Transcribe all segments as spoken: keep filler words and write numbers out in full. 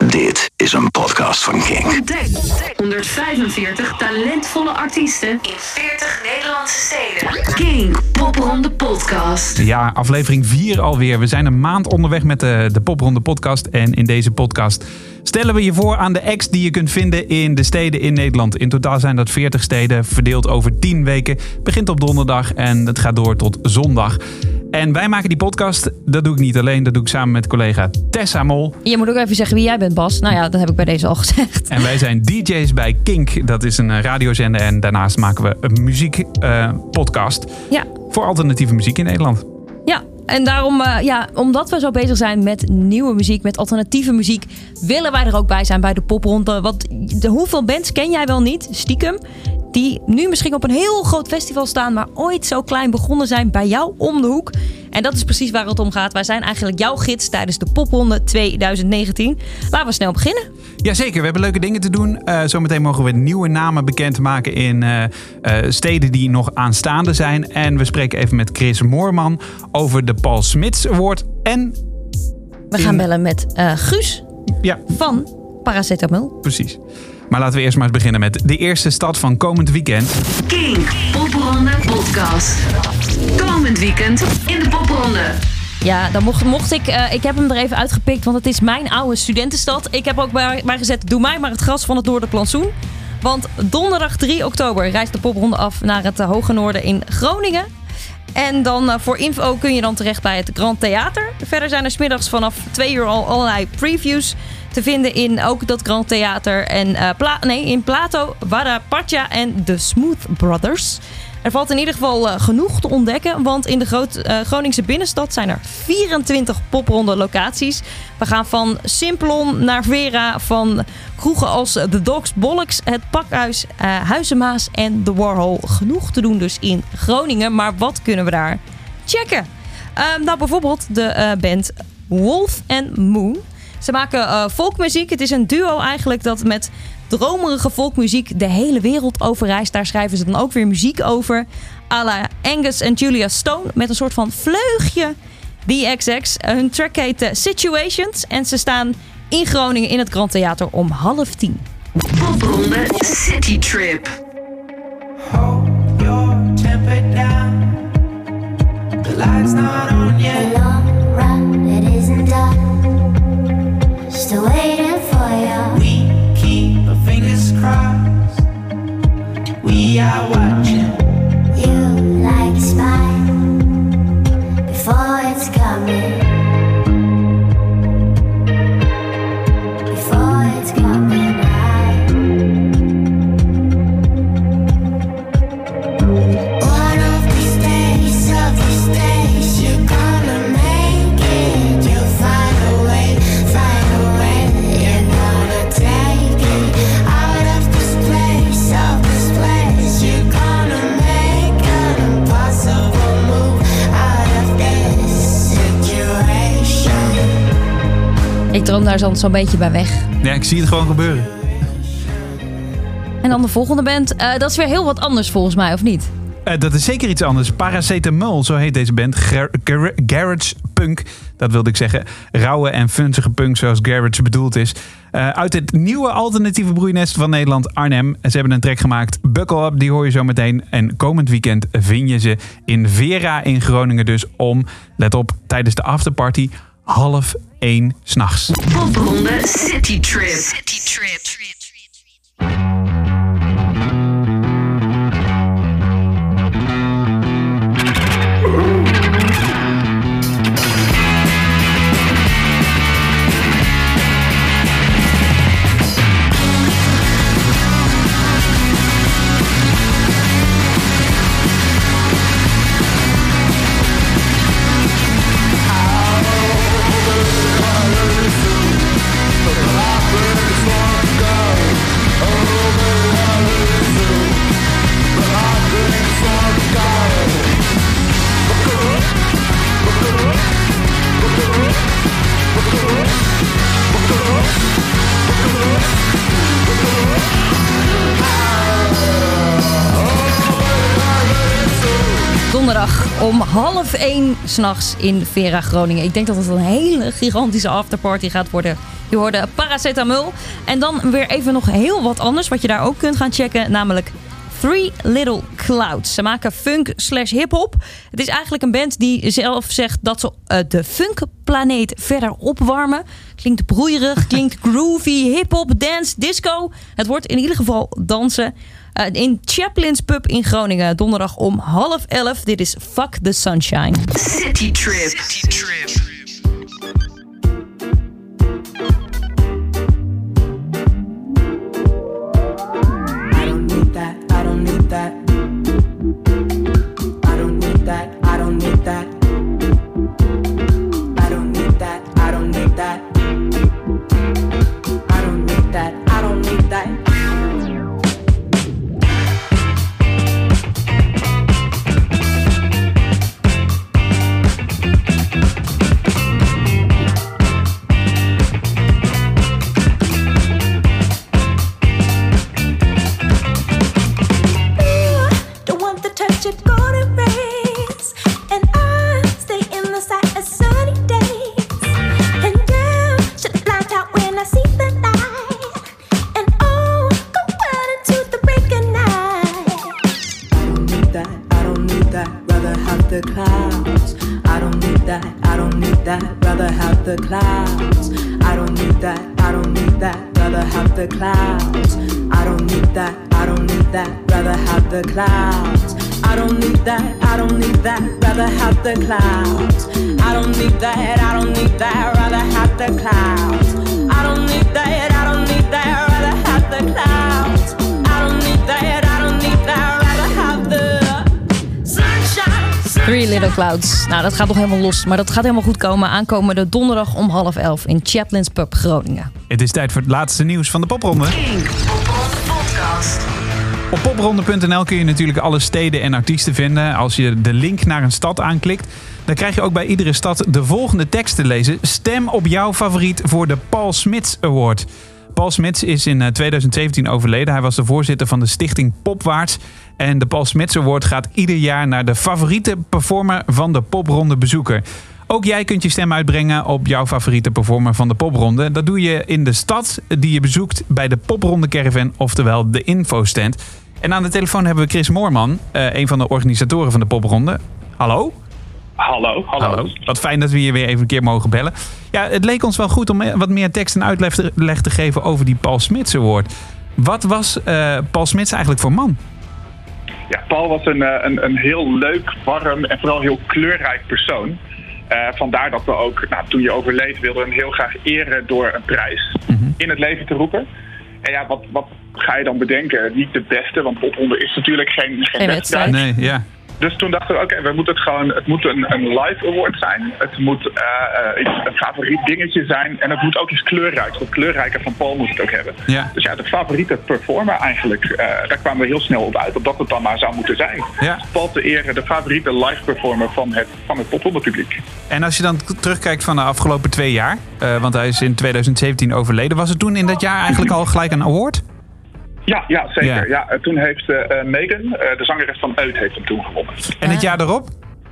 Dit is een podcast van King. Ontdek honderdvijfenveertig talentvolle artiesten in veertig Nederlandse steden. King Popronde Podcast. Ja, aflevering vier alweer. We zijn een maand onderweg met de, de Popronde Podcast. En in deze podcast stellen we je voor aan de acts die je kunt vinden in de steden in Nederland. In totaal zijn dat veertig steden, verdeeld over tien weken. Begint op donderdag en het gaat door tot zondag. En wij maken die podcast, dat doe ik niet alleen, dat doe ik samen met collega Tessa Mol. Je moet ook even zeggen wie jij bent, Bas. Nou ja, dat heb ik bij deze al gezegd. En wij zijn D J's bij Kink, dat is een radiozender. En daarnaast maken we een muziekpodcast uh, ja. voor alternatieve muziek in Nederland. Ja, en daarom, uh, ja, omdat we zo bezig zijn met nieuwe muziek, met alternatieve muziek, willen wij er ook bij zijn bij de popronde. Want de, hoeveel bands ken jij wel niet, stiekem, die nu misschien op een heel groot festival staan, maar ooit zo klein begonnen zijn bij jou om de hoek. En dat is precies waar het om gaat. Wij zijn eigenlijk jouw gids tijdens de Popronde twintig negentien. Laten we snel beginnen. Jazeker, we hebben leuke dingen te doen. Uh, zometeen mogen we nieuwe namen bekendmaken in uh, uh, steden die nog aanstaande zijn. En we spreken even met Chris Moorman over de Paul Smits Award. En we gaan in... bellen met uh, Guus ja. van Paracetamol. Precies. Maar laten we eerst maar eens beginnen met de eerste stad van komend weekend. King Popronde Podcast. Komend weekend in de Popronde. Ja, dan mocht, mocht ik... Uh, ik heb hem er even uitgepikt, want het is mijn oude studentenstad. Ik heb ook bij, bij gezet, doe mij maar het gras van het Noorderplantsoen. Want donderdag drie oktober reist de Popronde af naar het uh, Hoge Noorden in Groningen. En dan uh, voor info kun je dan terecht bij het Grand Theater. Verder zijn er 's middags vanaf twee uur al allerlei previews te vinden in ook dat Grand Theater. En uh, Pla- nee, in Plato, Wada Patja en de Smooth Brothers. Er valt in ieder geval uh, genoeg te ontdekken, want in de groot, uh, Groningse binnenstad zijn er vierentwintig popronde locaties. We gaan van Simplon naar Vera, van kroegen als The Dogs Bollocks, het Pakhuis, uh, Huizenmaas en The Warhol. Genoeg te doen dus in Groningen, maar wat kunnen we daar checken? Uh, nou, bijvoorbeeld de uh, band Wolf and Moon. Ze maken uh, folkmuziek. Het is een duo eigenlijk dat met dromerige folkmuziek de hele wereld overreist. Daar schrijven ze dan ook weer muziek over. À la Angus en Julia Stone met een soort van vleugje D X X. Uh, hun track heet uh, Situations en ze staan in Groningen in het Grand Theater om half tien. Popronde City Trip. Hold your temper down. The light's not on yet. The long run, it isn't done. Still waiting for you. We keep our fingers crossed. We are watching. You like a spy before it's coming. Before it's coming out. One of these days, of these days, you're gonna make it. You'll find a way, find a way. You're gonna take it out of this place, of this place. You're gonna make an impossible move out of this situation. Ik droom daar zo- zo'n beetje bij weg. Ja, ik zie het gewoon gebeuren. En dan de volgende band. Uh, dat is weer heel wat anders volgens mij, of niet? Uh, dat is zeker iets anders. Paracetamol, zo heet deze band. Gar- gar- garage punk, dat wilde ik zeggen. Rauwe en funzige punk, zoals garage bedoeld is. Uh, uit het nieuwe alternatieve broeinest van Nederland, Arnhem. Ze hebben een track gemaakt, Buckle Up, die hoor je zo meteen. En komend weekend vind je ze in Vera in Groningen dus om, let op, tijdens de afterparty, half één 's nachts. Popronde City Trip. City Trip. Donderdag om half één 's nachts in Vera Groningen. Ik denk dat het een hele gigantische afterparty gaat worden Je hoorde Paracetamol. En dan weer even nog heel wat anders wat je daar ook kunt gaan checken. Namelijk Three Little Clouds. Ze maken funk slash hip-hop. Het is eigenlijk een band die zelf zegt dat ze uh, de funkplaneet verder opwarmen. Klinkt broeierig, klinkt groovy, hip-hop, dance, disco. Het wordt in ieder geval dansen. Uh, in Chaplin's Pub in Groningen. Donderdag om half elf. Dit is Fuck the Sunshine. City Trip. City Trip. That. I don't need that, I don't need that. I don't need that, I don't need that. I don't need that, I don't need that. The clouds. I don't need that, I don't need that, rather have the clouds. I don't need that, I don't need that, rather have the clouds. I don't need that, I don't need that, rather have the sunshine. Three Little Clouds. Nou, dat gaat nog helemaal los, maar dat gaat helemaal goed komen. Aankomende donderdag om half elf in Chaplin's Pub Groningen. Het is tijd voor het laatste nieuws van de popronde. Kink Popronde Podcast. Op popronde punt n l kun je natuurlijk alle steden en artiesten vinden. Als je de link naar een stad aanklikt, dan krijg je ook bij iedere stad de volgende tekst te lezen. Stem op jouw favoriet voor de Paul Smits Award. Paul Smits is in tweeduizend zeventien overleden. Hij was de voorzitter van de stichting Popwaarts. En de Paul Smits Award gaat ieder jaar naar de favoriete performer van de popronde bezoeker. Ook jij kunt je stem uitbrengen op jouw favoriete performer van de popronde. Dat doe je in de stad die je bezoekt bij de Popronde Caravan, oftewel de infostand. En aan de telefoon hebben we Chris Moorman, uh, een van de organisatoren van de popronde. Hallo? Hallo, hallo. Hallo. Wat fijn dat we hier weer even een keer mogen bellen. Ja, het leek ons wel goed om wat meer tekst en uitleg te, te geven over die Paul Smits Award. Wat was uh, Paul Smits eigenlijk voor man? Ja, Paul was een, een, een heel leuk, warm en vooral heel kleurrijk persoon. Uh, vandaar dat we ook, nou, toen je overleed, wilden we hem heel graag eren door een prijs mm-hmm. in het leven te roepen. En ja, wat, wat ga je dan bedenken? Niet de beste, want popronde is natuurlijk geen, geen, geen wedstrijd. Nee, ja. Dus toen dachten we, oké, okay, we moeten het gewoon, het moet een, een live award zijn. Het moet uh, uh, een favoriet dingetje zijn. En het moet ook iets kleurrijk. Wat kleurrijker van Paul moet het ook hebben. Ja. Dus ja, de favoriete performer eigenlijk. Uh, daar kwamen we heel snel op uit, dat dat het dan maar zou moeten zijn. Ja. Paul te eren, de favoriete live performer van het, van het popronde publiek. En als je dan terugkijkt van de afgelopen twee jaar, uh, want hij is in tweeduizend zeventien overleden. Was het toen in dat jaar eigenlijk al gelijk een award? Ja, ja, zeker. Ja. Ja, toen heeft uh, Megan, uh, de zangeres van Uit, heeft hem toen gewonnen. En het jaar erop?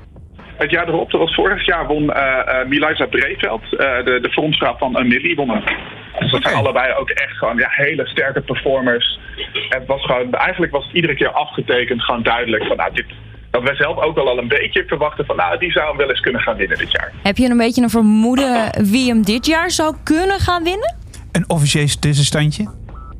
Het jaar erop, dat was vorig jaar, won uh, uh, Milisa Breeveld, uh, de, de frontvrouw van Amelie, won hem. Dus dat zijn okay. allebei ook echt gewoon ja, hele sterke performers. En het was gewoon, eigenlijk was het iedere keer afgetekend, gewoon duidelijk van nou, dit, dat wij zelf ook al, al een beetje verwachten van nou, die zou hem wel eens kunnen gaan winnen dit jaar. Heb je een beetje een vermoeden wie hem dit jaar zou kunnen gaan winnen? Een officieus tussenstandje?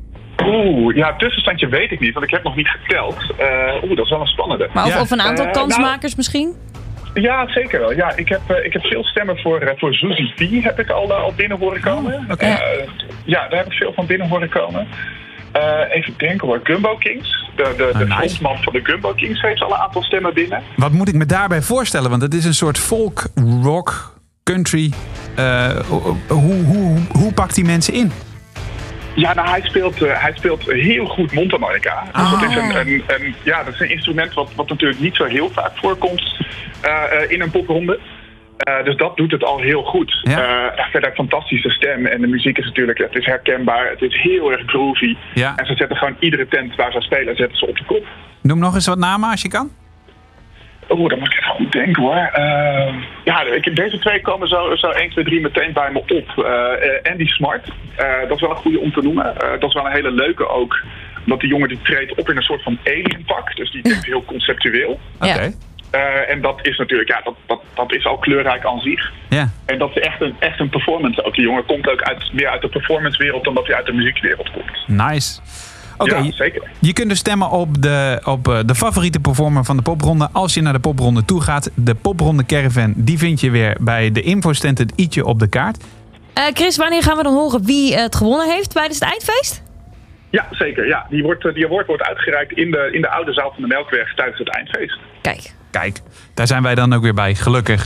Oeh, ja, tussenstandje weet ik niet, want ik heb nog niet geteld. Uh, Oeh, dat is wel een spannende. Maar of, ja. of een aantal uh, kansmakers nou, misschien? Ja, zeker wel. Ja, ik heb, uh, ik heb veel stemmen voor, uh, voor Suzy P heb ik al, uh, al binnen horen komen. Oh, okay. uh, ja, daar heb ik veel van binnen horen komen. Uh, even denken hoor, Gumbo Kings. De, de, de oh, nice. frontman van de Gumbo Kings heeft al een aantal stemmen binnen. Wat moet ik me daarbij voorstellen? Want het is een soort folk, rock, country. Uh, hoe, hoe, hoe, hoe pakt die mensen in? Ja, nou, hij speelt, uh, hij speelt heel goed mondharmonica. Oh. Dus dat is een, een, een, ja, dat is een instrument wat, wat natuurlijk niet zo heel vaak voorkomt uh, uh, in een popronde. Uh, dus dat doet het al heel goed. Ja. Uh, ja, verder fantastische stem. En de muziek is natuurlijk, het is herkenbaar. Het is heel erg groovy. Ja. En ze zetten gewoon iedere tent waar ze spelen, zetten ze op de kop. Noem nog eens wat namen als je kan. Oeh, daar moet ik even aan denken hoor. Uh, ja, ik, deze twee komen zo, zo één, twee, drie meteen bij me op. Uh, Andy Smart, uh, dat is wel een goede om te noemen. Uh, dat is wel een hele leuke ook. Omdat die jongen die treedt op in een soort van alien pak. Dus die denkt heel conceptueel. Oké. Okay. Uh, en dat is natuurlijk, ja, dat, dat, dat is al kleurrijk aan zich. Ja. En dat is echt een, echt een performance ook. Die jongen komt ook uit, meer uit de performancewereld dan dat hij uit de muziekwereld komt. Nice. Oké, okay, ja, zeker. Je kunt dus stemmen op de, op de favoriete performer van de popronde als je naar de popronde toe gaat. De popronde caravan, die vind je weer bij de infostand het i'tje op de kaart. Uh, Chris, wanneer gaan we dan horen wie het gewonnen heeft tijdens het eindfeest? Ja, zeker. Ja. Die, wordt, die award wordt uitgereikt in de, in de oude zaal van de Melkweg tijdens het eindfeest. Kijk. Kijk, daar zijn wij dan ook weer bij, gelukkig.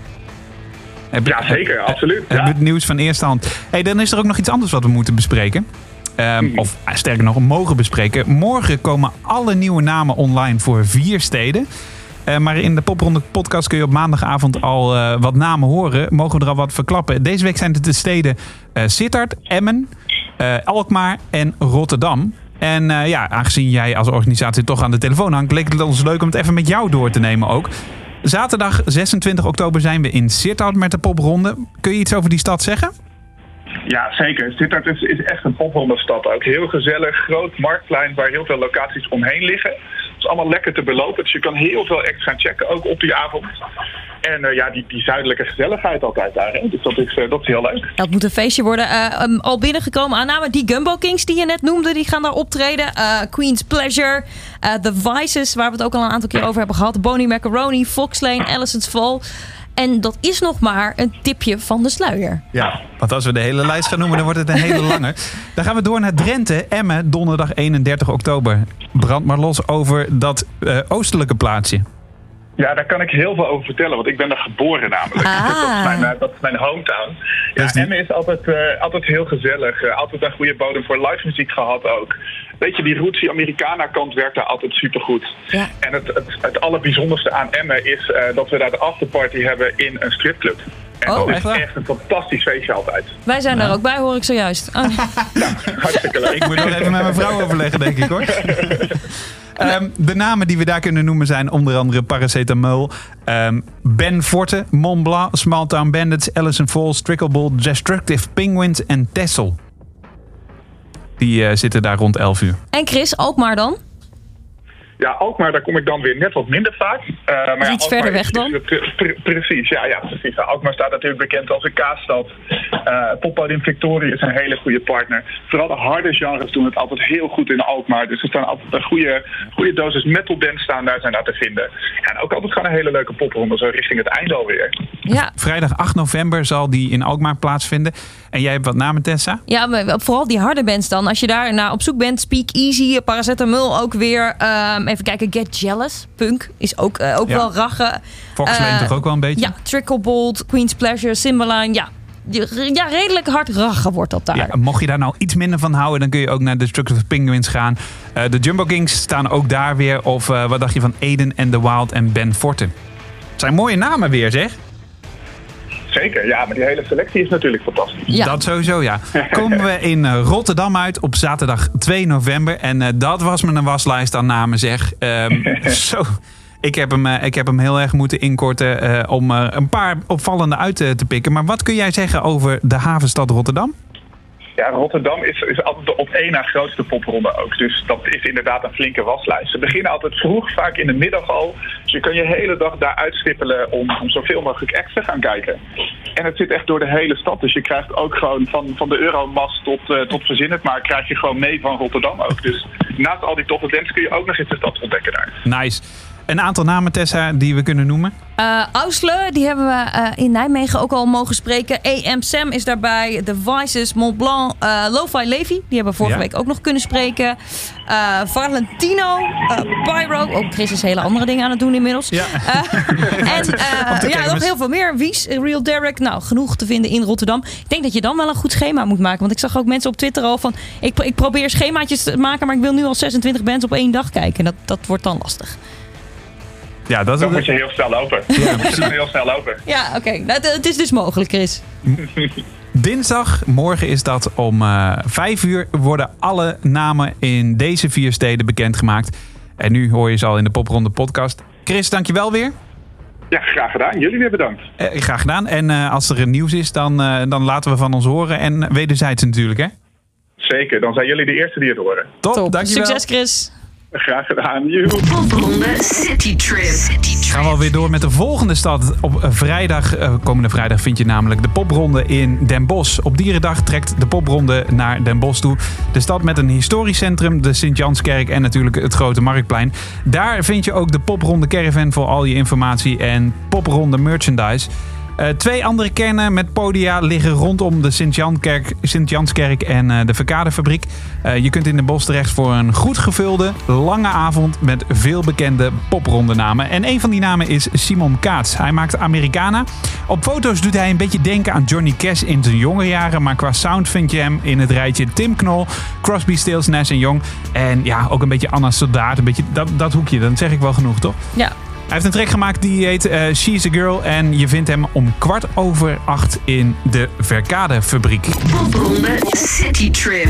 Heb, ja, zeker, heb, absoluut. Heb ja. het nieuws van eerste hand. Hey, dan is er ook nog iets anders wat we moeten bespreken. Um, hmm. Of sterker nog, mogen bespreken. Morgen komen alle nieuwe namen online voor vier steden. Uh, maar in de Popronde podcast kun je op maandagavond al uh, wat namen horen. Mogen we er al wat verklappen. Deze week zijn het de steden uh, Sittard, Emmen, uh, Alkmaar en Rotterdam. En uh, ja, aangezien jij als organisatie toch aan de telefoon hangt, leek het ons leuk om het even met jou door te nemen ook. Zaterdag zesentwintig oktober zijn we in Sittard met de popronde. Kun je iets over die stad zeggen? Ja, zeker. Sittard is, is echt een popronde stad ook. Heel gezellig, groot marktplein waar heel veel locaties omheen liggen. Het is allemaal lekker te belopen, dus je kan heel veel extra gaan checken ook op die avond. En uh, ja, die, die zuidelijke gezelligheid altijd daar. Hè? Dus dat is, uh, dat is heel leuk. Dat moet een feestje worden. Uh, um, al binnengekomen aanname. Die Gumbo Kings die je net noemde, die gaan daar optreden. Uh, Queen's Pleasure. Uh, The Vices, waar we het ook al een aantal keer over hebben gehad. Bonnie Macaroni, Fox Lane, Allison's Fall. En dat is nog maar een tipje van de sluier. Ja, want als we de hele lijst gaan noemen, dan wordt het een hele lange. Dan gaan we door naar Drenthe. Emmen, donderdag eenendertig oktober. Brand maar los over dat uh, oostelijke plaatsje. Ja, daar kan ik heel veel over vertellen, want ik ben er geboren namelijk. Ah. Dat is mijn, uh, dat is mijn hometown. Ja, is Emmen is altijd, uh, altijd heel gezellig. Uh, altijd een goede bodem voor live muziek gehad ook. Weet je, die roots, die Americana kant werkt daar altijd supergoed. Ja. En het, het, het allerbijzonderste aan Emmen is uh, dat we daar de afterparty hebben in een stripclub. En oh, dat is echt, waar? echt een fantastisch feestje altijd. Wij zijn ja. daar ook bij, hoor ik zojuist. Oh. Nou, hartstikke leuk. Ik moet nog even met mijn vrouw overleggen, denk ik hoor. Um, de namen die we daar kunnen noemen zijn onder andere Paracetamol, um, Ben Forte, Mont Blanc, Small Town Bandits, Allison Falls, Trickleball, Destructive Penguins en Texel. Die uh, zitten daar rond elf uur. En Chris, Alkmaar dan? Ja, Alkmaar, daar kom ik dan weer net wat minder vaak. Uh, maar ja, iets verder weg dan? Pre- pre- precies, ja, ja, precies. Nou, Alkmaar staat natuurlijk bekend als een kaasstad. Uh, Poppodium Victoria is een hele goede partner. Vooral de harde genres doen het altijd heel goed in Alkmaar. Dus er staan altijd een goede, goede dosis metalbands staan daar zijn daar te vinden. En ook altijd gewoon een hele leuke popronde, zo richting het einde alweer. Ja. Vrijdag acht november zal die in Alkmaar plaatsvinden. En jij hebt wat namen, Tessa? Ja, maar vooral die harde bands dan. Als je daar naar op zoek bent, Speak Easy, Paracetamol ook weer. Um, even kijken, Get Jealous, punk is ook, uh, ook ja. wel raggen. Fox Lane uh, toch ook wel een beetje? Ja, Tricklebolt, Queen's Pleasure, Cymbaline, ja. Ja, redelijk hard raggen wordt dat daar. Ja, mocht je daar nou iets minder van houden, dan kun je ook naar de Destructive Penguins gaan. Uh, de Jumbo Kings staan ook daar weer. Of uh, wat dacht je van Aiden and the Wild en Ben Forte? Het zijn mooie namen weer, zeg. Zeker, ja, maar die hele selectie is natuurlijk fantastisch. Ja. Dat sowieso, ja. Komen we in uh, Rotterdam uit op zaterdag twee november. En uh, dat was me een waslijst aan namen, zeg. Um, zo... Ik heb, hem, ik heb hem heel erg moeten inkorten uh, om uh, een paar opvallende uit te, te pikken. Maar wat kun jij zeggen over de havenstad Rotterdam? Ja, Rotterdam is, is altijd de op één na grootste popronde ook. Dus dat is inderdaad een flinke waslijst. Ze beginnen altijd vroeg, vaak in de middag al. Dus je kan je hele dag daar uitstippelen om, om zoveel mogelijk acts te gaan kijken. En het zit echt door de hele stad. Dus je krijgt ook gewoon van, van de Euromast tot, uh, tot Verzin het maar, krijg je gewoon mee van Rotterdam ook. Dus naast al die toffe dances kun je ook nog eens de stad ontdekken daar. Nice. Een aantal namen, Tessa, die we kunnen noemen? Uh, Ausle, die hebben we uh, in Nijmegen ook al mogen spreken. A M Sam is daarbij. The Vices, Mont Blanc, uh, Lo-Fi Levi. Die hebben we vorige ja. week ook nog kunnen spreken. Uh, Valentino, uh, Pyro. Oh, Chris is hele andere dingen aan het doen inmiddels. Ja. Uh, en uh, ja, nog heel veel meer. Wies, Real Derek. Nou, genoeg te vinden in Rotterdam. Ik denk dat je dan wel een goed schema moet maken. Want ik zag ook mensen op Twitter al van... Ik, ik probeer schemaatjes te maken, maar ik wil nu al zesentwintig bands op één dag kijken. Dat, dat wordt dan lastig. Ja, dat is dan het... moet je heel snel lopen. Ja, dan moet je heel snel lopen. Ja, oké. Okay. Nou, het is dus mogelijk, Chris. Dinsdag, morgen is dat om uh, vijf uur, worden alle namen in deze vier steden bekendgemaakt. En nu hoor je ze al in de Popronde podcast. Chris, dankjewel weer. Ja, graag gedaan. Jullie weer bedankt. Uh, graag gedaan. En uh, als er nieuws is, dan, uh, dan laten we van ons horen. En wederzijds natuurlijk, hè? Zeker, dan zijn jullie de eerste die het horen. Top, Top. dankjewel. Succes, Chris. Graag gedaan. Joe. Popronde City Trip. Gaan we alweer door met de volgende stad. Op vrijdag, uh, komende vrijdag vind je namelijk de popronde in Den Bosch. Op Dierendag trekt de popronde naar Den Bosch toe. De stad met een historisch centrum, de Sint-Janskerk en natuurlijk het grote Marktplein. Daar vind je ook de popronde caravan voor al je informatie en popronde merchandise. Uh, twee andere kernen met podia liggen rondom de Sint-Janskerk, Sint-Janskerk en uh, de Verkadefabriek. Uh, je kunt in Den Bosch terecht voor een goed gevulde, lange avond met veel bekende popronde namen. En een van die namen is Simon Kaats. Hij maakt Americana. Op foto's doet hij een beetje denken aan Johnny Cash in zijn jonge jaren. Maar qua sound vind je hem in het rijtje Tim Knol, Crosby, Stills, Nash en Young. En ja, ook een beetje Anna Soldaat. Een beetje dat, dat hoekje, dan zeg ik wel genoeg, toch? Ja. Hij heeft een track gemaakt die heet uh, She's a Girl. En je vindt hem om kwart over acht in de Verkadefabriek. Popronde City Trip.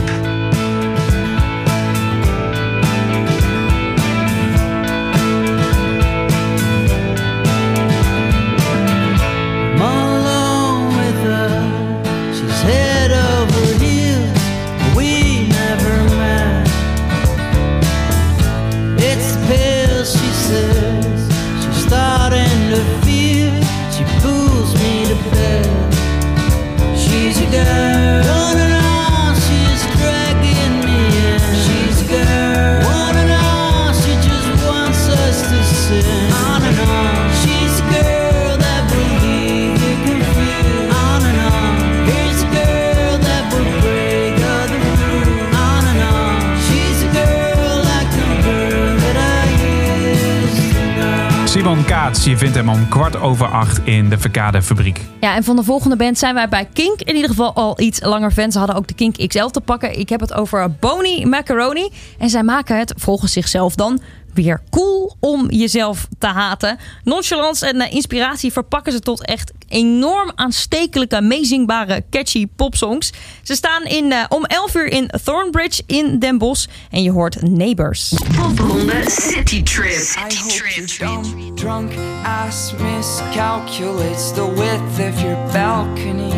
Simon Kaats, je vindt hem om kwart over acht in de Verkadefabriek. Ja, en van de volgende band zijn wij bij Kink in ieder geval al iets langer fans. Ze hadden ook de Kink X L te pakken. Ik heb het over Boney Macaroni. En zij maken het, volgens zichzelf dan, weer cool om jezelf te haten. Nonchalance en uh, inspiratie verpakken ze tot echt enorm aanstekelijke, meezingbare, catchy popsongs. Ze staan in, uh, om elf uur in Thornbridge in Den Bosch. En je hoort Neighbors. Popronde City Trip. I hope your dumb, drunk ass miscalculates the width of your balcony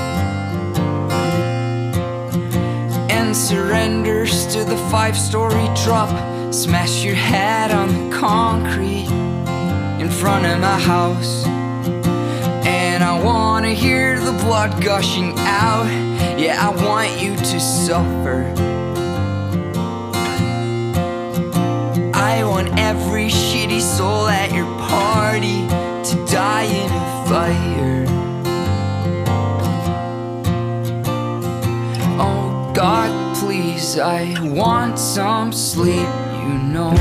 and surrenders to the five-story drop. Smash your head on the concrete in front of my house. And I wanna hear the blood gushing out. Yeah, I want you to suffer. I want every shitty soul at your party to die in a fire. Oh God, please, I want some sleep, you know.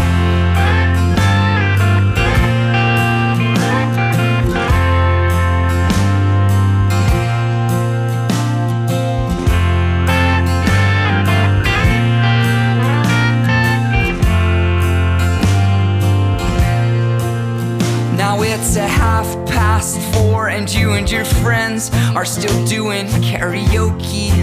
Now it's a half past four and you and your friends are still doing karaoke.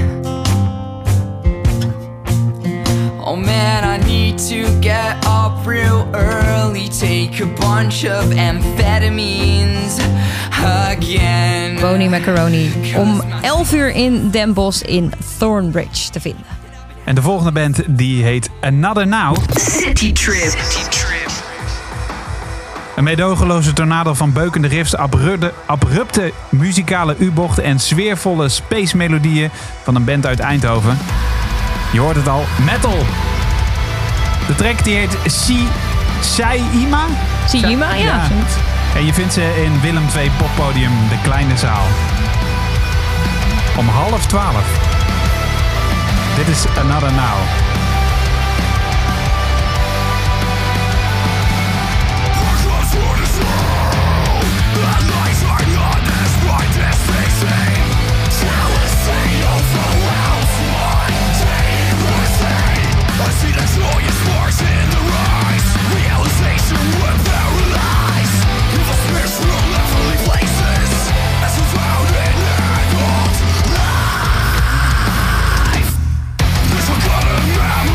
Oh man, I need to get up real early, take a bunch of amphetamines again. Boney Macaroni, om elf uur in Den Bosch in Thornbridge te vinden. En de volgende band die heet Another Now. City Trip. City Trip. Een meedogenloze tornado van beukende riffs, abrupte, abrupte muzikale U-bochten en sfeervolle space melodieën van een band uit Eindhoven. Je hoort het al, metal. De track die heet Si, Saima. Saima, ja. ja. En je vindt ze in Willem twee Poppodium, de kleine zaal. Om half twaalf. Dit is Another Now. I see the joyous sparks in the rise. Realization we're paralyzed. Evil spirits from lovely places. As we drown in adult life. This will cut a man.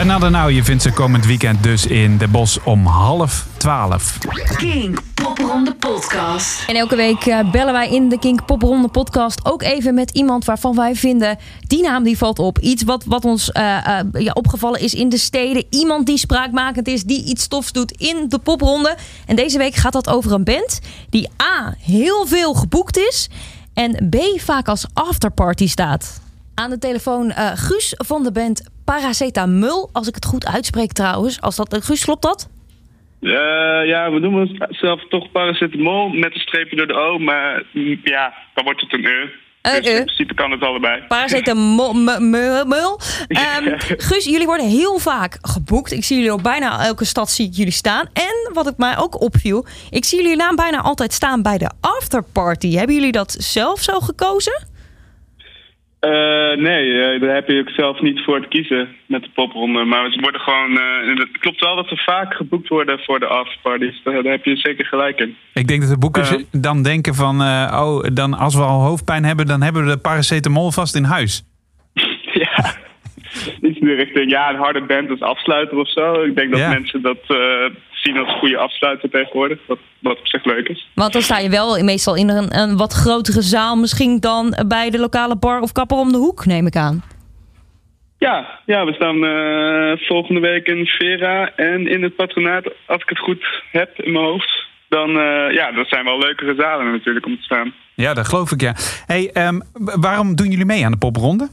Another Now, je vindt ze komend weekend dus in Den Bosch om half twaalf. Kink Popronde Podcast. En elke week uh, bellen wij in de Kink Popronde Podcast ook even met iemand waarvan wij vinden, die naam die valt op. Iets wat, wat ons uh, uh, ja, opgevallen is in de steden. Iemand die spraakmakend is, die iets stofs doet in de popronde. En deze week gaat dat over een band die A, heel veel geboekt is en B, vaak als afterparty staat. Aan de telefoon uh, Guus van de band Paracetamol, als ik het goed uitspreek trouwens. Als dat, uh, Guus, klopt dat? Uh, ja, we noemen het zelf toch paracetamol met een streepje door de O, maar mm, ja, dan wordt het een E. Uh, dus uh. in principe kan het allebei. Paracetamol. m- m- mul. Um, Guus, jullie worden heel vaak geboekt. Ik zie jullie op bijna elke stad zie ik jullie staan. En wat het mij ook opviel, ik zie jullie naam bijna altijd staan bij de afterparty. Hebben jullie dat zelf zo gekozen? Uh, nee, uh, daar heb je ook zelf niet voor te kiezen met de popronde. Maar ze worden gewoon. Uh, het klopt wel dat ze vaak geboekt worden voor de afterparties. Daar, daar heb je zeker gelijk in. Ik denk dat de boekers Uh. dan denken van... Uh, oh, dan als we al hoofdpijn hebben, dan hebben we de paracetamol vast in huis. Ja, iets in de richting. Ja, een harde band als afsluiter of zo. Ik denk dat Ja. mensen dat uh, zien als goede afsluiter tegenwoordig. Wat, wat op zich leuk is. Want dan sta je wel meestal in een, een wat grotere zaal, misschien dan bij de lokale bar of kapper om de hoek, neem ik aan. Ja, ja, we staan uh, volgende week in Vera en in het patronaat, als ik het goed heb in mijn hoofd. Dan, uh, ja, dat zijn wel leukere zalen natuurlijk om te staan. Ja, dat geloof ik, ja. Hey, um, waarom doen jullie mee aan de popronde?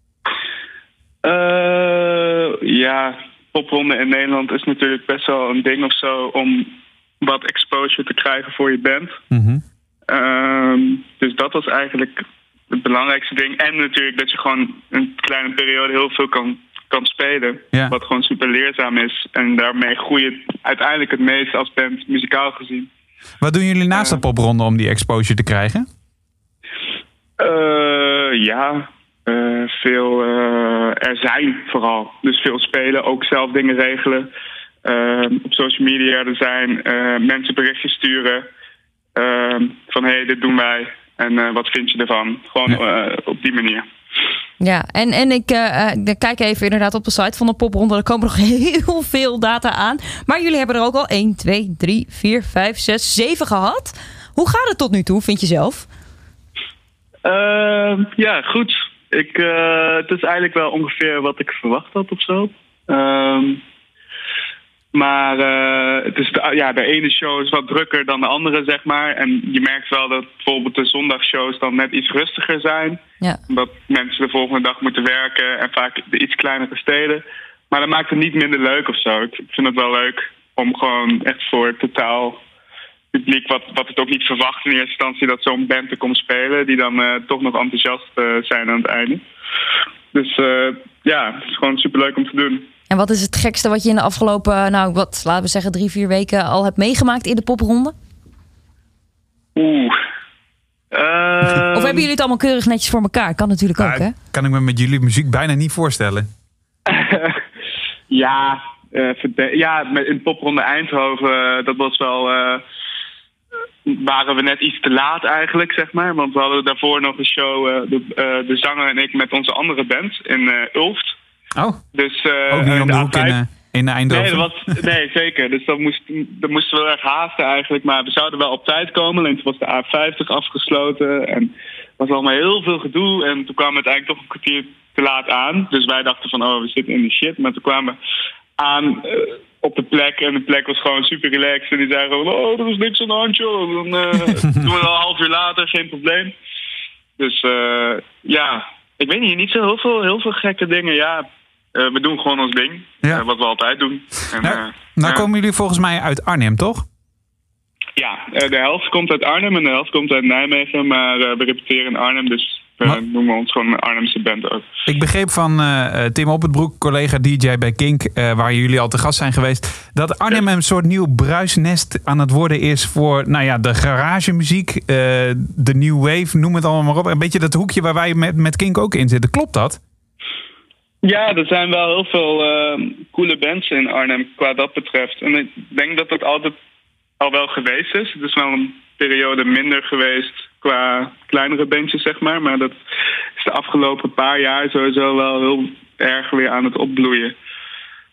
Uh, ja, popronde in Nederland is natuurlijk best wel een ding of zo om wat exposure te krijgen voor je band. Mm-hmm. Um, dus dat was eigenlijk het belangrijkste ding. En natuurlijk dat je gewoon een kleine periode heel veel kan, kan spelen. Ja. Wat gewoon super leerzaam is. En daarmee groei je uiteindelijk het meest als band, muzikaal gezien. Wat doen jullie naast Uh. de popronde om die exposure te krijgen? Uh, ja, uh, veel uh, er zijn vooral. Dus veel spelen, ook zelf dingen regelen. Uh, op social media er zijn, uh, mensen berichtjes sturen. Uh, van hé, hey, dit doen wij. En uh, wat vind je ervan? Gewoon Ja. uh, op die manier. Ja, en, en ik uh, uh, kijk even inderdaad op de site van de popronde. Er komen nog heel veel data aan. Maar jullie hebben er ook al één, twee, drie, vier, vijf, zes, zeven gehad. Hoe gaat het tot nu toe, vind je zelf? Uh, ja, goed. Ik, uh, het is eigenlijk wel ongeveer wat ik verwacht had of zo. Um, maar uh, het is de, ja, de ene show is wat drukker dan de andere, zeg maar. En je merkt wel dat bijvoorbeeld de zondagshows dan net iets rustiger zijn. Ja. Omdat mensen de volgende dag moeten werken en vaak de iets kleinere steden. Maar dat maakt het niet minder leuk of zo. Ik vind het wel leuk om gewoon echt voor totaal publiek, wat, wat het ook niet verwacht in eerste instantie, dat zo'n band er komt spelen, die dan uh, toch nog enthousiast uh, zijn aan het einde. Dus uh, ja, het is gewoon superleuk om te doen. En wat is het gekste wat je in de afgelopen, nou wat, laten we zeggen drie, vier weken al hebt meegemaakt in de popronde? Oeh. Uh, Of hebben jullie het allemaal keurig netjes voor elkaar? Kan natuurlijk ook, Nou, hè? kan ik me met jullie muziek bijna niet voorstellen. ja, uh, verde- ja, met in de popronde Eindhoven, uh, dat was wel... Uh, waren we net iets te laat eigenlijk, zeg maar. Want we hadden daarvoor nog een show, uh, de, uh, de zanger en ik met onze andere band in uh, Ulft. Oh, dus, uh, ook niet om de, de hoek in, uh, in Eindhoven? Nee, dat was, nee, zeker. Dus dat, moest, dat moesten we erg haasten eigenlijk. Maar we zouden wel op tijd komen. Alleen toen was de A vijftig afgesloten. En er was allemaal heel veel gedoe. En toen kwamen we uiteindelijk toch een kwartier te laat aan. Dus wij dachten van, oh, we zitten in de shit. Maar toen kwamen we aan uh, op de plek. En de plek was gewoon super relaxed. En die zeiden gewoon, oh, er is niks aan de hand, joh. Dan uh, doen we al een half uur later, geen probleem. Dus uh, ja, ik weet niet, niet zo heel veel, heel veel gekke dingen, ja. Uh, we doen gewoon ons ding, Ja. uh, wat we altijd doen. En, Nou, uh, nou ja. komen jullie volgens mij uit Arnhem, toch? Ja, uh, de helft komt uit Arnhem en de helft komt uit Nijmegen. Maar uh, we repeteren in Arnhem, dus we Maar- noemen ons gewoon een Arnhemse band ook. Ik begreep van uh, Tim Oppenbroek, collega D J bij Kink, uh, waar jullie al te gast zijn geweest, dat Arnhem een soort nieuw bruisnest aan het worden is voor nou ja, de garagemuziek, uh, de new wave, noem het allemaal maar op. Een beetje dat hoekje waar wij met, met Kink ook in zitten. Klopt dat? Ja, er zijn wel heel veel uh, coole bands in Arnhem qua dat betreft. En ik denk dat dat altijd al wel geweest is. Het is wel een periode minder geweest qua kleinere bandjes, zeg maar. Maar dat is de afgelopen paar jaar sowieso wel heel erg weer aan het opbloeien.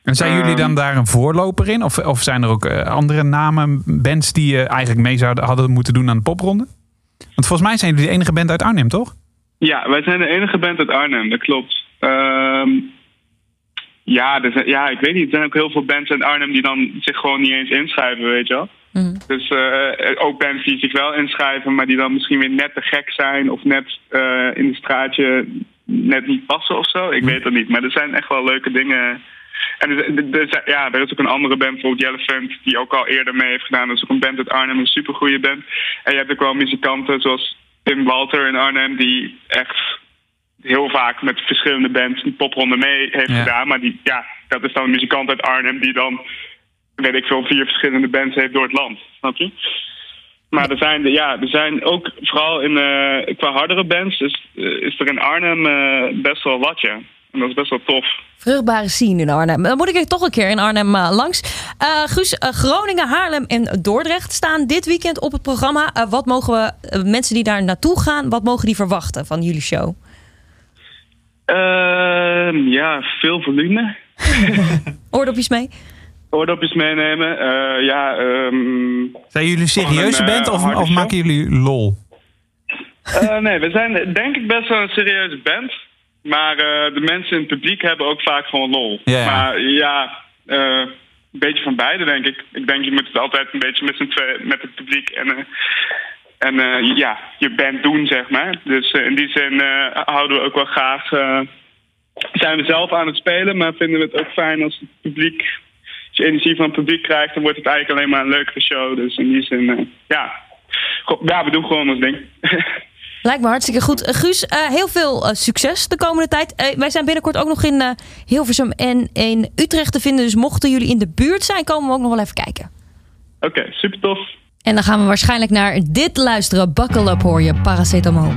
En zijn jullie dan daar een voorloper in? Of, of zijn er ook uh, andere namen, bands die uh, eigenlijk mee zouden hadden moeten doen aan de popronde? Want volgens mij zijn jullie de enige band uit Arnhem, toch? Ja, wij zijn de enige band uit Arnhem, dat klopt. Um, ja, er zijn, ja, ik weet niet. Er zijn ook heel veel bands uit Arnhem die dan zich gewoon niet eens inschrijven, weet je wel. Mm. Dus uh, ook bands die zich wel inschrijven, maar die dan misschien weer net te gek zijn of net uh, in het straatje net niet passen of zo. Ik mm. weet het niet, maar er zijn echt wel leuke dingen. En er, er, ja, er is ook een andere band, bijvoorbeeld Yellowfant, die ook al eerder mee heeft gedaan. Dat is ook een band uit Arnhem, een supergoeie band. En je hebt ook wel muzikanten zoals Tim Walter in Arnhem, die echt heel vaak met verschillende bands een popronde mee heeft ja. gedaan. Maar die, ja, dat is dan een muzikant uit Arnhem die dan, weet ik veel, vier verschillende bands heeft door het land. Snap je? Maar er zijn, ja, er zijn ook, vooral in, uh, qua hardere bands, is, uh, is er in Arnhem uh, best wel wat, ja. En dat is best wel tof. Vruchtbare scene in Arnhem. Dan moet ik toch een keer in Arnhem uh, langs. Uh, Guus, uh, Groningen, Haarlem en Dordrecht staan dit weekend op het programma. Uh, wat mogen we, uh, mensen die daar naartoe gaan, wat mogen die verwachten van jullie show? Uh, ja, veel volume. Oordopjes mee? Oordopjes meenemen. Uh, ja, um, zijn jullie een serieuze band uh, of, of maken jullie lol? Uh, nee, we zijn denk ik best wel een serieuze band. Maar uh, de mensen in het publiek hebben ook vaak gewoon lol. Yeah. Maar ja, uh, een beetje van beide denk ik. Ik denk je moet het altijd een beetje met z'n tweeën, met het publiek en, uh, en uh, ja, je band doen, zeg maar. Dus uh, in die zin uh, houden we ook wel graag... Uh, zijn we zelf aan het spelen, maar vinden we het ook fijn als het publiek... Als je energie van het publiek krijgt, dan wordt het eigenlijk alleen maar een leukere show. Dus in die zin, uh, ja. ja, we doen gewoon ons ding. Lijkt me hartstikke goed. Uh, Guus, uh, heel veel uh, succes de komende tijd. Uh, wij zijn binnenkort ook nog in uh, Hilversum en in Utrecht te vinden. Dus mochten jullie in de buurt zijn, komen we ook nog wel even kijken. Oké, okay, super tof. En dan gaan we waarschijnlijk naar dit luisteren. Buckle up hoor je, Paracetamol.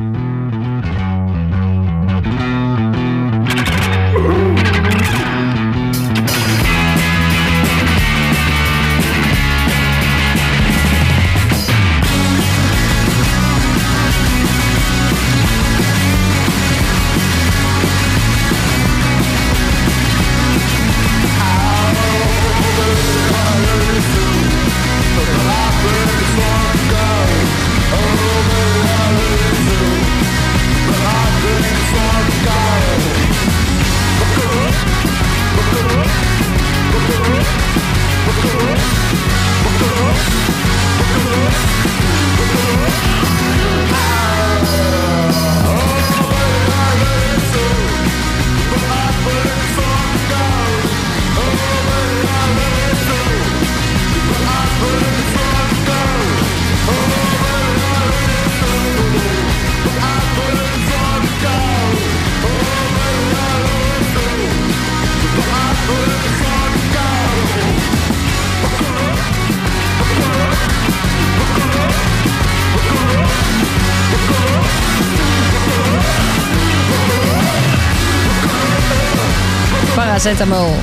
Paracetamol.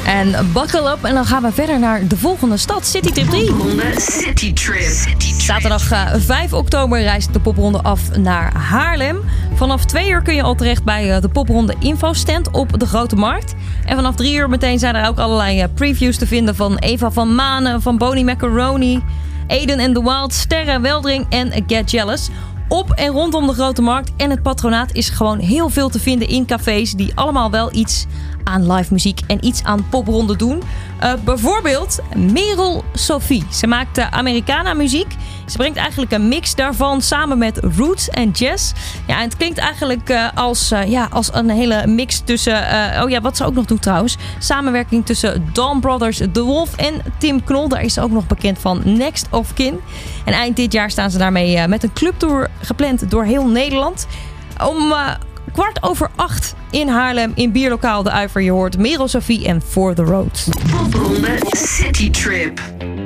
En buckle up. En dan gaan we verder naar de volgende stad. City Trip drie. City Trip. Zaterdag uh, vijf oktober reist de popronde af naar Haarlem. Vanaf twee uur kun je al terecht bij uh, de popronde infostand op de Grote Markt. En vanaf drie uur meteen zijn er ook allerlei uh, previews te vinden van Eva van Manen, van Boney Macaroni, Aiden and the Wild, Sterre, Weldring en Get Jealous. Op en rondom de Grote Markt en het patronaat is gewoon heel veel te vinden in cafés die allemaal wel iets aan live muziek en iets aan popronde doen. Uh, bijvoorbeeld Merel Sophie. Ze maakt uh, Americana muziek. Ze brengt eigenlijk een mix daarvan samen met roots en jazz. Ja, en het klinkt eigenlijk uh, als, uh, ja, als een hele mix tussen... Uh, oh ja, wat ze ook nog doet trouwens. Samenwerking tussen Dawn Brothers, The Wolf en Tim Knol. Daar is ze ook nog bekend van Next of Kin. En eind dit jaar staan ze daarmee uh, met een clubtour gepland door heel Nederland. Om... Uh, Kwart over acht in Haarlem in bierlokaal De Uiver. Je hoort Merel Sophie en For the Road. Popronde City Trip.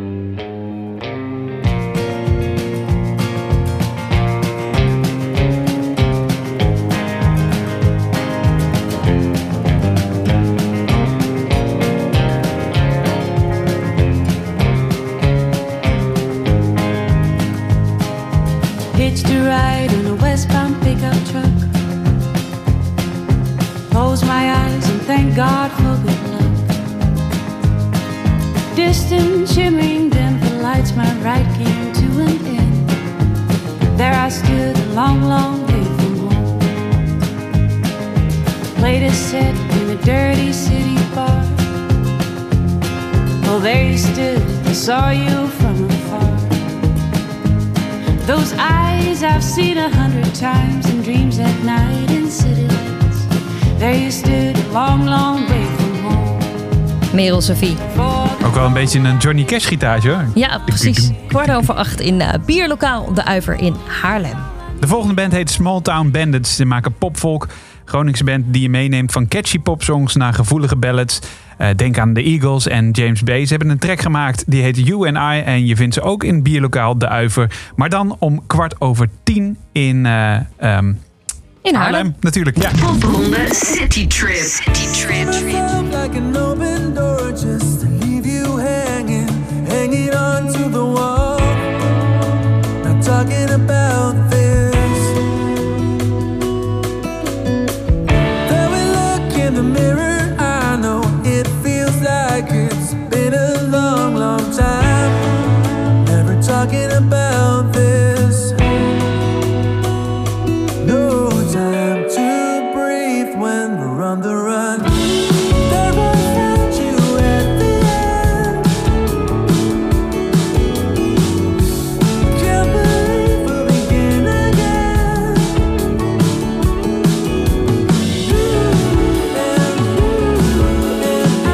Hitched a ride in a westbound pickup truck. Close my eyes and thank God for good luck. distance, shimmering dim, the lights my right came to an end. There I stood a long, long way from home. Played a set in a dirty city bar. Well, there you stood, I saw you from afar. Those eyes I've seen a hundred times in dreams at night in city lights. There you stood a long, long way from home. Merel Sophie. Ook wel een beetje een Johnny Cash gitaartje hoor. Ja, precies. Kwart over acht in uh, Bierlokaal De Uiver in Haarlem. De volgende band heet Small Town Bandits. Ze maken popvolk. Groningse band die je meeneemt van catchy popsongs naar gevoelige ballads. Uh, denk aan The Eagles en James Bay. Ze hebben een track gemaakt die heet You and I. En je vindt ze ook in Bierlokaal De Uiver. Maar dan om kwart over tien in... Uh, um, In Haarlem. Haarlem, natuurlijk. Ja. Popronde City Trip. City Trip. Like an open door just to leave you hanging, hanging on to the wall. Not talking about this. Then we look in the mirror, I know it feels like it's been a long, long time. Never talking about this. No time to breathe when we're on the run. There I found you at the end. Can't believe we'll begin again. You and you and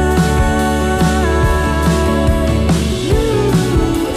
I. You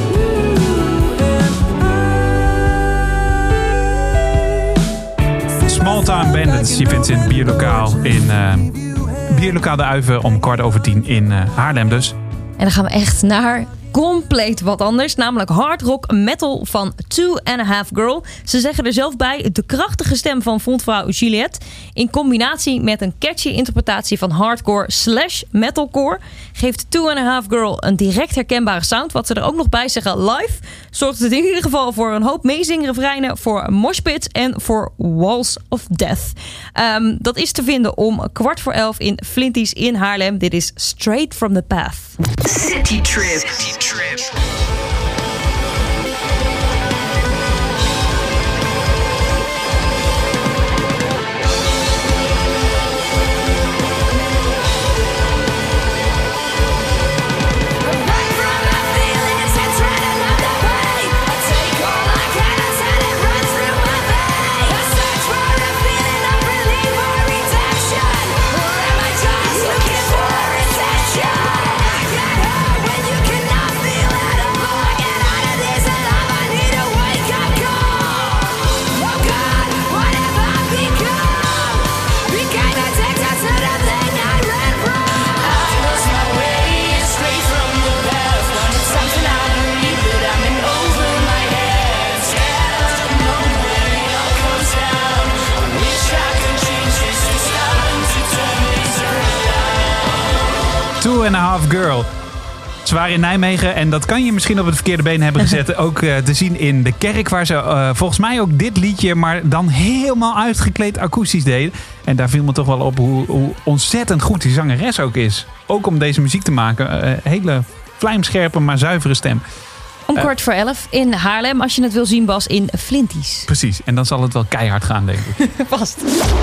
and you and I. Small Town Bandits. Je vindt ze in het Bierlokaal in uh, Bierlokaal De Uiver om kwart over tien in uh, Haarlem dus. En dan gaan we echt naar compleet wat anders. Namelijk hard rock metal van Two and a Half Girl. Ze zeggen er zelf bij de krachtige stem van frontvrouw Juliette. In combinatie met een catchy interpretatie van hardcore slash metalcore. Geeft Two and a Half Girl een direct herkenbare sound. Wat ze er ook nog bij zeggen live. Zorgt het in ieder geval voor een hoop meezingrefreinen. Voor moshpits en voor Walls of Death. Um, dat is te vinden om kwart voor elf in Flinties in Haarlem. Dit is Straight from the Path. City Trip. Two and a Half Girl. Ze waren in Nijmegen en dat kan je misschien op het verkeerde been hebben gezet. Ook uh, te zien in de kerk waar ze uh, volgens mij ook dit liedje, maar dan helemaal uitgekleed akoestisch deden. En daar viel me toch wel op hoe, hoe ontzettend goed die zangeres ook is. Ook om deze muziek te maken. Uh, hele vlijmscherpe, maar zuivere stem. Om kwart voor elf in Haarlem. Als je het wil zien, Bas, in Flinties. Precies. En dan zal het wel keihard gaan, denk ik. Vast.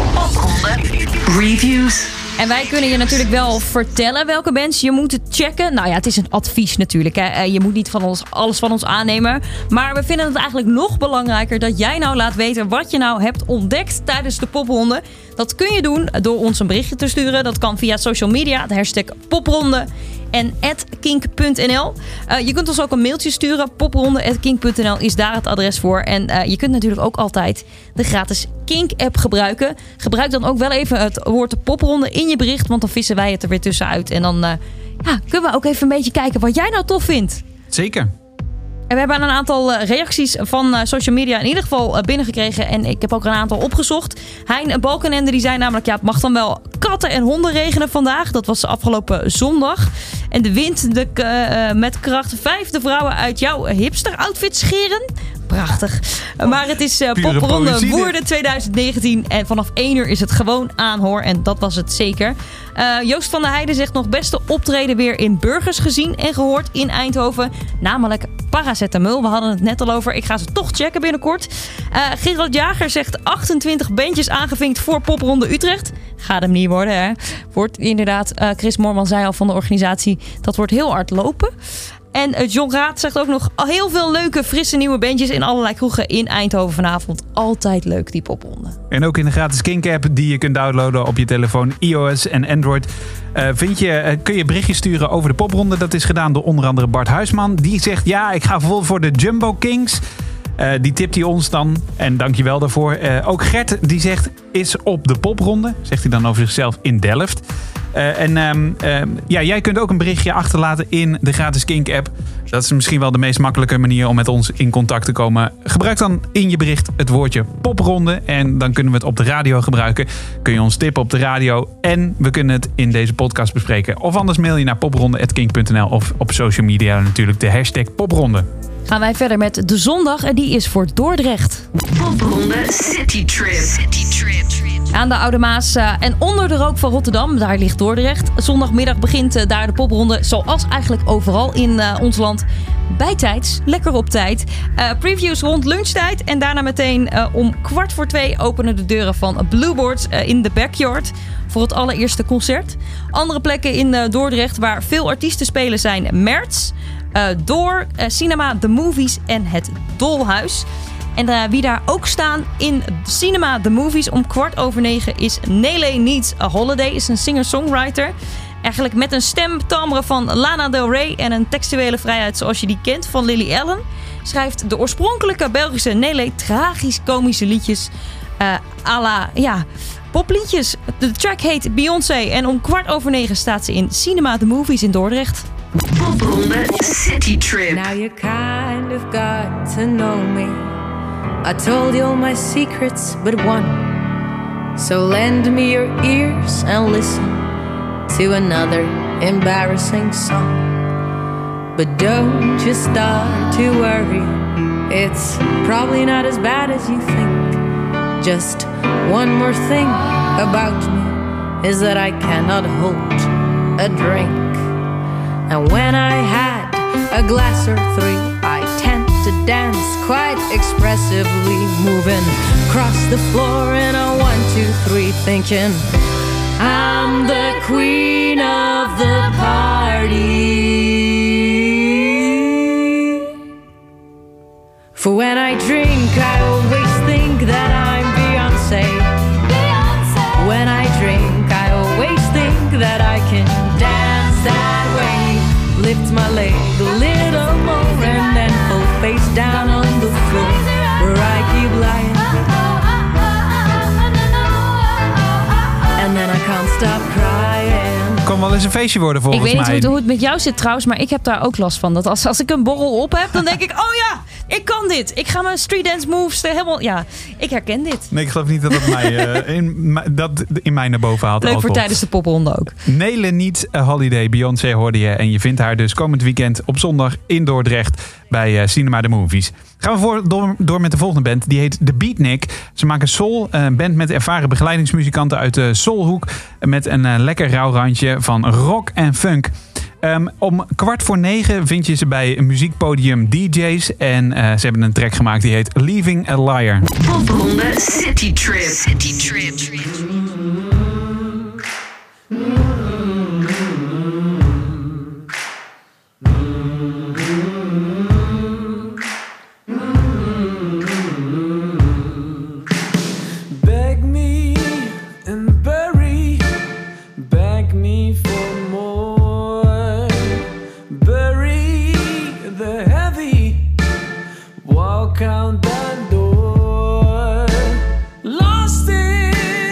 Popronde Reviews. En wij kunnen je natuurlijk wel vertellen welke bands je moet checken. Nou ja, het is een advies natuurlijk. Hè. Je moet niet van ons, alles van ons aannemen. Maar we vinden het eigenlijk nog belangrijker dat jij nou laat weten wat je nou hebt ontdekt tijdens de popronde. Dat kun je doen door ons een berichtje te sturen. Dat kan via social media, de hashtag popronde en at kink punt n l. Uh, je kunt ons ook een mailtje sturen. popronde at kink punt n l is daar het adres voor. En uh, je kunt natuurlijk ook altijd de gratis Kink-app gebruiken. Gebruik dan ook wel even het woord popronde in je bericht, want dan vissen wij het er weer tussenuit. En dan uh, ja, kunnen we ook even een beetje kijken wat jij nou tof vindt. Zeker. En we hebben een aantal reacties van social media in ieder geval binnengekregen. En ik heb ook een aantal opgezocht. Hein Balkenende die zei namelijk, ja, het mag dan wel katten en honden regenen vandaag. Dat was afgelopen zondag. En de wind de, uh, met kracht vijf de vrouwen uit jouw hipster outfit scheren. prachtig. Maar het is uh, Popronde Woerden twintig negentien. En vanaf één uur is het gewoon aan, hoor. En dat was het zeker. Uh, Joost van der Heijden zegt nog beste optreden weer in Burgers gezien en gehoord in Eindhoven. Namelijk Paracetamol. We hadden het net al over. Ik ga ze toch checken binnenkort. Uh, Gerald Jager zegt achtentwintig bandjes aangevinkt voor Popronde Utrecht. Gaat hem niet worden, hè? Wordt inderdaad, uh, Chris Moorman zei al van de organisatie, dat wordt heel hard lopen. En uh, John Raad zegt ook nog heel veel leuke, frisse nieuwe bandjes in allerlei kroegen in Eindhoven vanavond. Altijd leuk, die Popronde. En ook in de gratis Kink-app die je kunt downloaden op je telefoon, iOS en Android. Uh, vind je, uh, kun je berichtjes sturen over de Popronde. Dat is gedaan door onder andere Bart Huisman. Die zegt, ja, ik ga vol voor de Jumbo Kings. Uh, die tipt hij ons dan. En dankjewel daarvoor. Uh, ook Gert die zegt, is op de Popronde. Zegt hij dan over zichzelf in Delft. Uh, en um, uh, ja, jij kunt ook een berichtje achterlaten in de gratis Kink-app. Dat is misschien wel de meest makkelijke manier om met ons in contact te komen. Gebruik dan in je bericht het woordje Popronde. En dan kunnen we het op de radio gebruiken. Kun je ons tippen op de radio. En we kunnen het in deze podcast bespreken. Of anders mail je naar popronde at kink punt n l. Of op social media natuurlijk de hashtag Popronde. Gaan wij verder met de zondag en die is voor Dordrecht. Popronde City Trip. City Trip. Aan de Oude Maas uh, en onder de rook van Rotterdam, daar ligt Dordrecht. Zondagmiddag begint uh, daar de popronde, zoals eigenlijk overal in uh, ons land. Bijtijds, lekker op tijd. Uh, previews rond lunchtijd en daarna meteen uh, om kwart voor twee openen de deuren van Blueboards uh, in de backyard voor het allereerste concert. Andere plekken in uh, Dordrecht waar veel artiesten spelen zijn Merz, uh, Door, uh, Cinema, The Movies en het Dolhuis. En uh, wie daar ook staan in Cinema The Movies om kwart over negen is Nele Needs a Holiday. Is een singer-songwriter. Eigenlijk met een stemtimbre van Lana Del Rey en een textuele vrijheid zoals je die kent van Lily Allen. Schrijft de oorspronkelijke Belgische Nele tragisch-komische liedjes uh, à la, ja, popliedjes. De track heet Beyoncé en om kwart over negen staat ze in Cinema The Movies in Dordrecht. Popronde City Trip. Now you kind of got to know me. I told you all my secrets but one. So lend me your ears and listen to another embarrassing song. But don't you start to worry. It's probably not as bad as you think. Just one more thing about me is that I cannot hold a drink. And when I had a glass or three, I tend to dance quite expressively, moving across the floor in a one, two, three, thinking I'm the queen of the party. For when I drink, I always think that I'm Beyoncé. Beyonce. When I drink, I always think that I can dance that way. Lift my leg a little more and then fall face down on the floor where I keep lying. And then I can't stop crying. Kan wel eens een feestje worden volgens mij. Ik weet niet mij. hoe het met jou zit trouwens, maar ik heb daar ook last van. Dat als, als ik een borrel op heb, dan denk ik, oh ja, ik kan dit. Ik ga mijn street dance moves helemaal, ja, ik herken dit. Nee, ik geloof niet dat dat mij uh, in, dat in mij naar boven haalt. Leuk alcohol. voor tijdens de popronde ook. Nele Needs a Holiday, Beyoncé hoorde je. En je vindt haar dus komend weekend op zondag in Dordrecht bij uh, Cinema The Movies. Gaan we voor, door, door met de volgende band. Die heet The Beatnik. Ze maken soul. Een band met ervaren begeleidingsmuzikanten uit de soulhoek. Met een uh, lekker rauw randje van rock en funk. Um, om kwart voor negen vind je ze bij een muziekpodium D J's. En uh, ze hebben een track gemaakt die heet Leaving a Liar. Popronde City Trip. City Trip. Beg me and bury, beg me for more. Bury the heavy, walk out that door. Lost in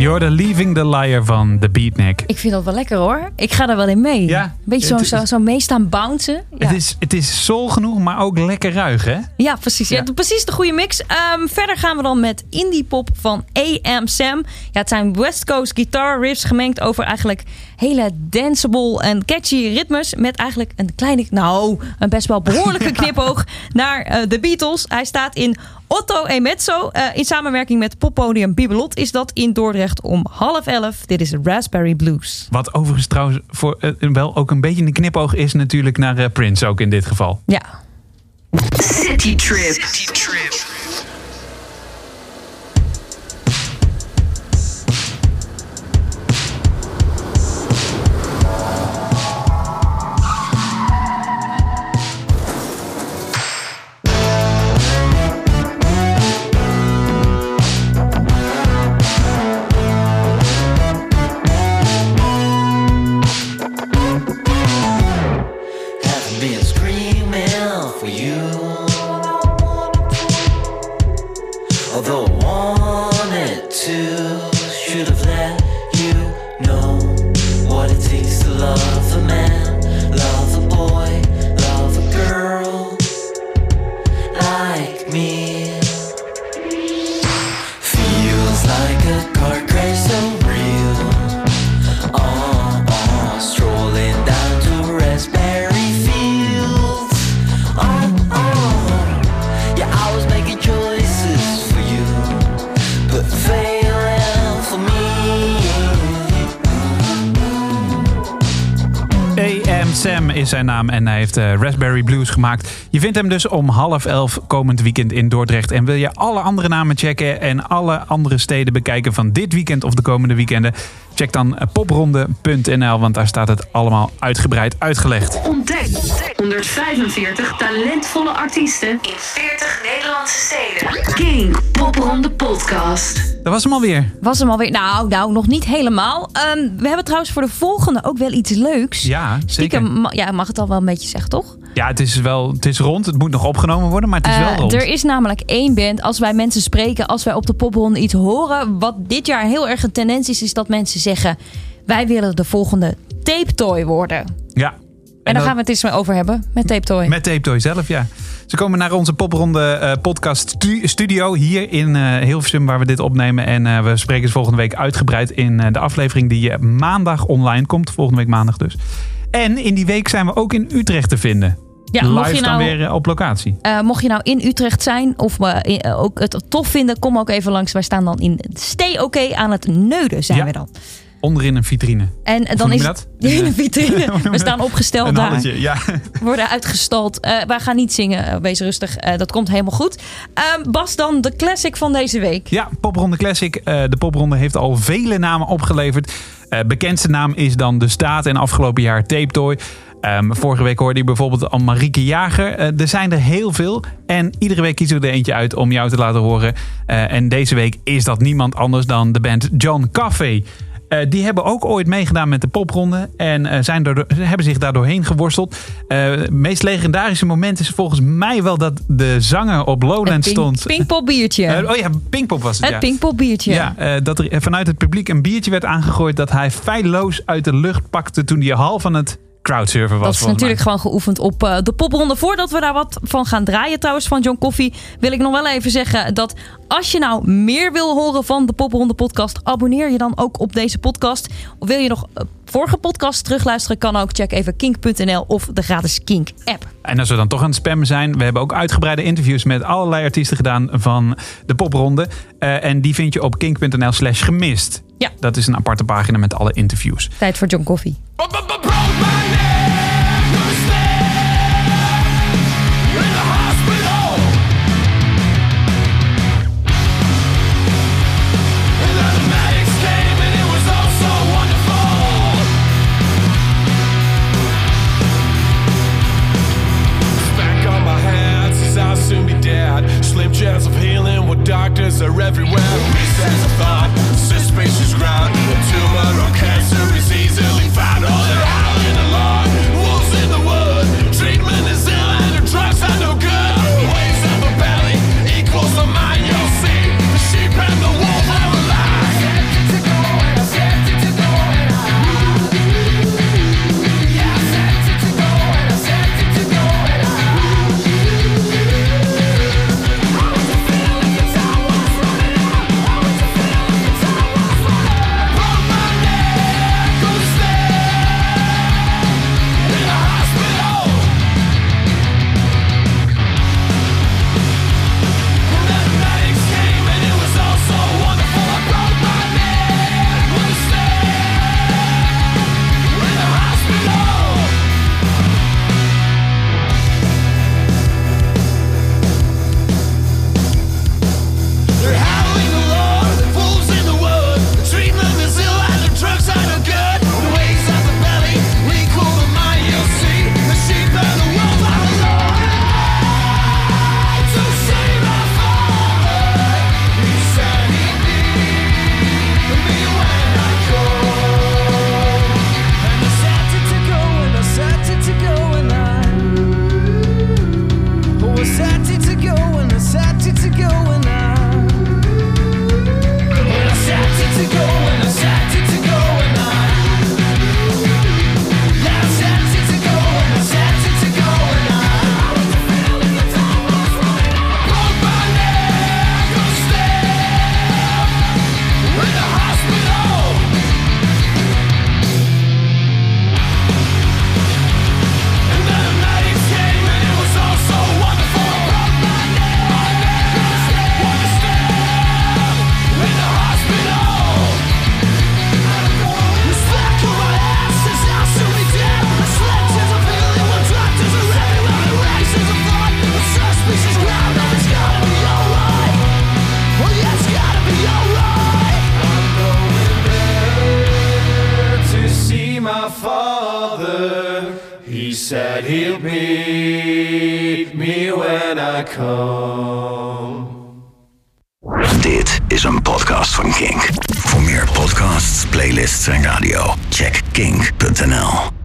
You're the Leaving the Liar van The Beatnik. Ik vind dat wel lekker hoor. Ik ga er wel in mee. Ja, beetje zo, het- zo, zo mee staan bouncen. Ja. Het, is, het is soul genoeg, maar ook lekker ruig, hè? Ja, precies. Ja. Ja. Precies de goede mix. Um, verder gaan we dan met indie pop van A M Sam. Ja, het zijn West Coast guitar riffs gemengd over eigenlijk hele danceable en catchy ritmes. Met eigenlijk een kleine, nou, een best wel behoorlijke knipoog naar uh, de Beatles. Hij staat in Otto e Mezzo. Uh, in samenwerking met poppodium Bibelot is dat in Dordrecht om half elf. Dit is Raspberry Blues. Wat overigens trouwens voor, uh, wel ook een beetje een knipoog is natuurlijk naar uh, Prince ook in dit geval. Ja. City Trip. City Trip. Haven't been screaming for you, although I wanted to. Should have let you know what it takes to love a man, love a boy, love a girl like me. Feels like a car crash, so real. Oh, oh, strolling down to Raspberry Fields. Oh, oh, yeah, I was making choices for you, but failing for me. A M Sam is zijn naam en hij heeft uh, Raspberry Blues gemaakt. Je vindt hem dus om half elf komend weekend in Dordrecht. En wil je alle andere namen checken en alle andere steden bekijken van dit weekend of de komende weekenden? Check dan popronde punt n l, want daar staat het allemaal uitgebreid uitgelegd. Ontdek honderdvijfenveertig talentvolle artiesten in veertig Nederlandse steden. King Popronde Podcast. Dat was hem alweer. Was hem alweer? Nou, nou, nog niet helemaal. Um, we hebben trouwens voor de volgende ook wel iets leuks. Ja, zeker. Stiekem, ma- ja, mag het al wel een beetje zeggen, toch? Ja, het is wel het is rond. Het moet nog opgenomen worden, maar het is Uh, wel rond. Er is namelijk één band, als wij mensen spreken, als wij op de popronde iets horen, wat dit jaar heel erg een tendens is, is dat mensen zeggen, wij willen de volgende Tape Toy worden. Ja. En, en daar gaan we het eens mee over hebben, met Tape Toy. Met Tape Toy zelf, ja. Ze komen naar onze popronde uh, podcast stu- studio hier in uh, Hilversum, waar we dit opnemen. En uh, we spreken ze volgende week uitgebreid in uh, de aflevering die uh, maandag online komt. Volgende week maandag dus. En in die week zijn we ook in Utrecht te vinden. Ja, mocht Live je dan nou- weer uh, op locatie. Uh, mocht je nou in Utrecht zijn of uh, in- uh, ook het tof vinden, kom ook even langs. Wij staan dan in Stay OK aan het Neuden, zijn Ja. we dan. Onderin een vitrine. En uh, Hoe dan noem is je het dat? in een vitrine. Hoe noem je We staan dat? opgesteld Een daar. halletje, ja. Worden uitgestald. Uh, wij gaan niet zingen, uh, wees rustig. Uh, dat komt helemaal goed. Uh, Bas, dan de classic van deze week. Ja, Popronde Classic. Uh, de Popronde heeft al vele namen opgeleverd. Uh, bekendste naam is dan De Staat en afgelopen jaar Tape Toy. Um, vorige week hoorde je bijvoorbeeld al Marieke Jager. Uh, er zijn er heel veel. En iedere week kiezen we er eentje uit om jou te laten horen. Uh, en deze week is dat niemand anders dan de band John Coffey. Uh, die hebben ook ooit meegedaan met de popronde. En uh, zijn er, hebben zich daar doorheen geworsteld. Uh, het meest legendarische moment is volgens mij wel dat de zanger op Lowland Pink, stond. Pinkpop biertje. Uh, oh ja, Pinkpop was het. Het ja. Pinkpop biertje. Ja, uh, dat er vanuit het publiek een biertje werd aangegooid dat hij feilloos uit de lucht pakte toen hij half aan het crowdsurfen was. Dat is natuurlijk gewoon geoefend op uh, de popronde. Voordat we daar wat van gaan draaien trouwens van John Coffey, wil ik nog wel even zeggen dat als je nou meer wil horen van de Popronde podcast, abonneer je dan ook op deze podcast. Of wil je nog uh, vorige podcast terugluisteren, kan ook. Check even kink punt n l of de gratis Kink app. En als we dan toch aan het spammen zijn, we hebben ook uitgebreide interviews met allerlei artiesten gedaan van de popronde. Uh, en die vind je op kink punt n l slash gemist. Ja. Dat is een aparte pagina met alle interviews. Tijd voor John Coffey. Slim chance of healing with doctors are everywhere. Recess of thought, suspicious ground. A tumor or cancer is easily found all around. Father. He said he'll meet me when I come. Dit is een podcast van Kink. Voor meer podcasts, playlists en radio, check kink punt n l.